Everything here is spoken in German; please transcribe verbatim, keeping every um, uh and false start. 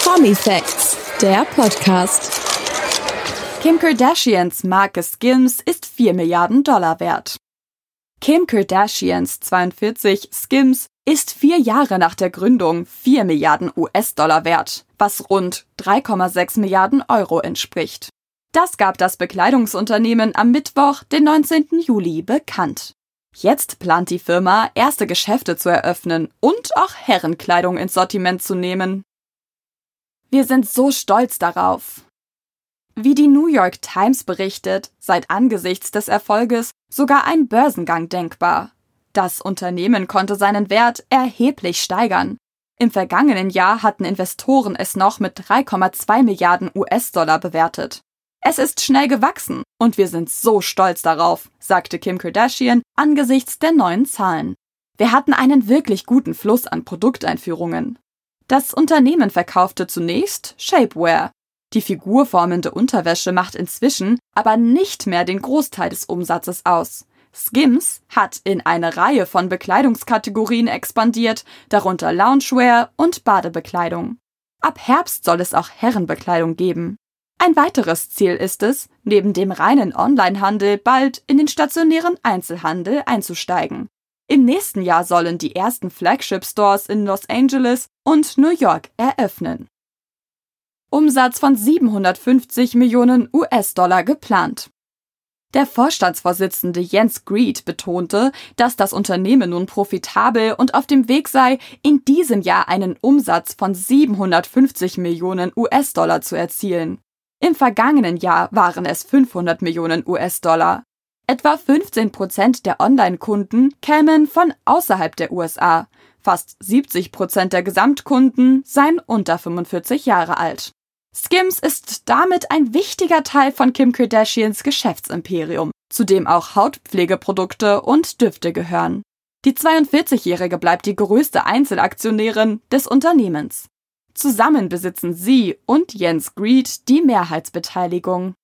Promi Facts, der Podcast. Kim Kardashians Marke Skims ist vier Milliarden Dollar wert. Kim Kardashians zweiundvierzig Skims ist vier Jahre nach der Gründung vier Milliarden U S-Dollar wert, was rund drei Komma sechs Milliarden Euro entspricht. Das gab das Bekleidungsunternehmen am Mittwoch, den neunzehnten Juli, bekannt. Jetzt plant die Firma, erste Geschäfte zu eröffnen und auch Herrenkleidung ins Sortiment zu nehmen. Wir sind so stolz darauf. Wie die New York Times berichtet, sei angesichts des Erfolges sogar ein Börsengang denkbar. Das Unternehmen konnte seinen Wert erheblich steigern. Im vergangenen Jahr hatten Investoren es noch mit drei Komma zwei Milliarden U S-Dollar bewertet. Es ist schnell gewachsen und wir sind so stolz darauf, sagte Kim Kardashian angesichts der neuen Zahlen. Wir hatten einen wirklich guten Fluss an Produkteinführungen. Das Unternehmen verkaufte zunächst Shapewear. Die figurformende Unterwäsche macht inzwischen aber nicht mehr den Großteil des Umsatzes aus. Skims hat in eine Reihe von Bekleidungskategorien expandiert, darunter Loungewear und Badebekleidung. Ab Herbst soll es auch Herrenbekleidung geben. Ein weiteres Ziel ist es, neben dem reinen Onlinehandel bald in den stationären Einzelhandel einzusteigen. Im nächsten Jahr sollen die ersten Flagship-Stores in Los Angeles und New York eröffnen. Umsatz von siebenhundertfünfzig Millionen U S-Dollar geplant. Der Vorstandsvorsitzende Jens Greed betonte, dass das Unternehmen nun profitabel und auf dem Weg sei, in diesem Jahr einen Umsatz von siebenhundertfünfzig Millionen U S-Dollar zu erzielen. Im vergangenen Jahr waren es fünfhundert Millionen U S-Dollar. Etwa fünfzehn Prozent der Online-Kunden kämen von außerhalb der U S A. Fast siebzig Prozent der Gesamtkunden seien unter fünfundvierzig Jahre alt. Skims ist damit ein wichtiger Teil von Kim Kardashians Geschäftsimperium, zu dem auch Hautpflegeprodukte und Düfte gehören. Die zweiundvierzigjährige bleibt die größte Einzelaktionärin des Unternehmens. Zusammen besitzen sie und Jens Greed die Mehrheitsbeteiligung.